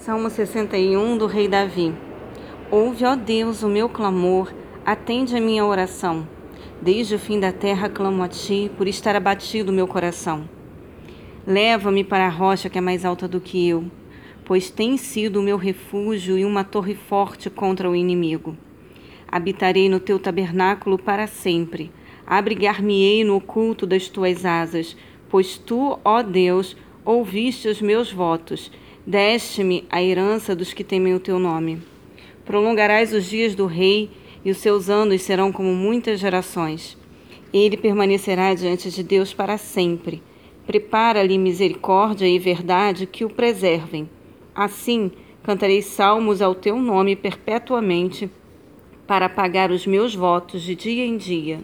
Salmo 61 do rei Davi. Ouve, ó Deus, o meu clamor, atende a minha oração. Desde o fim da terra clamo a ti, por estar abatido o meu coração. Leva-me para a rocha que é mais alta do que eu, pois tens sido o meu refúgio e uma torre forte contra o inimigo. Habitarei no teu tabernáculo para sempre, abrigar-me-ei no oculto das tuas asas, pois tu, ó Deus, ouviste os meus votos, deste-me a herança dos que temem o teu nome. Prolongarás os dias do rei, e os seus anos serão como muitas gerações. Ele permanecerá diante de Deus para sempre. Prepara-lhe misericórdia e verdade que o preservem. Assim, cantarei salmos ao teu nome perpetuamente, para pagar os meus votos de dia em dia.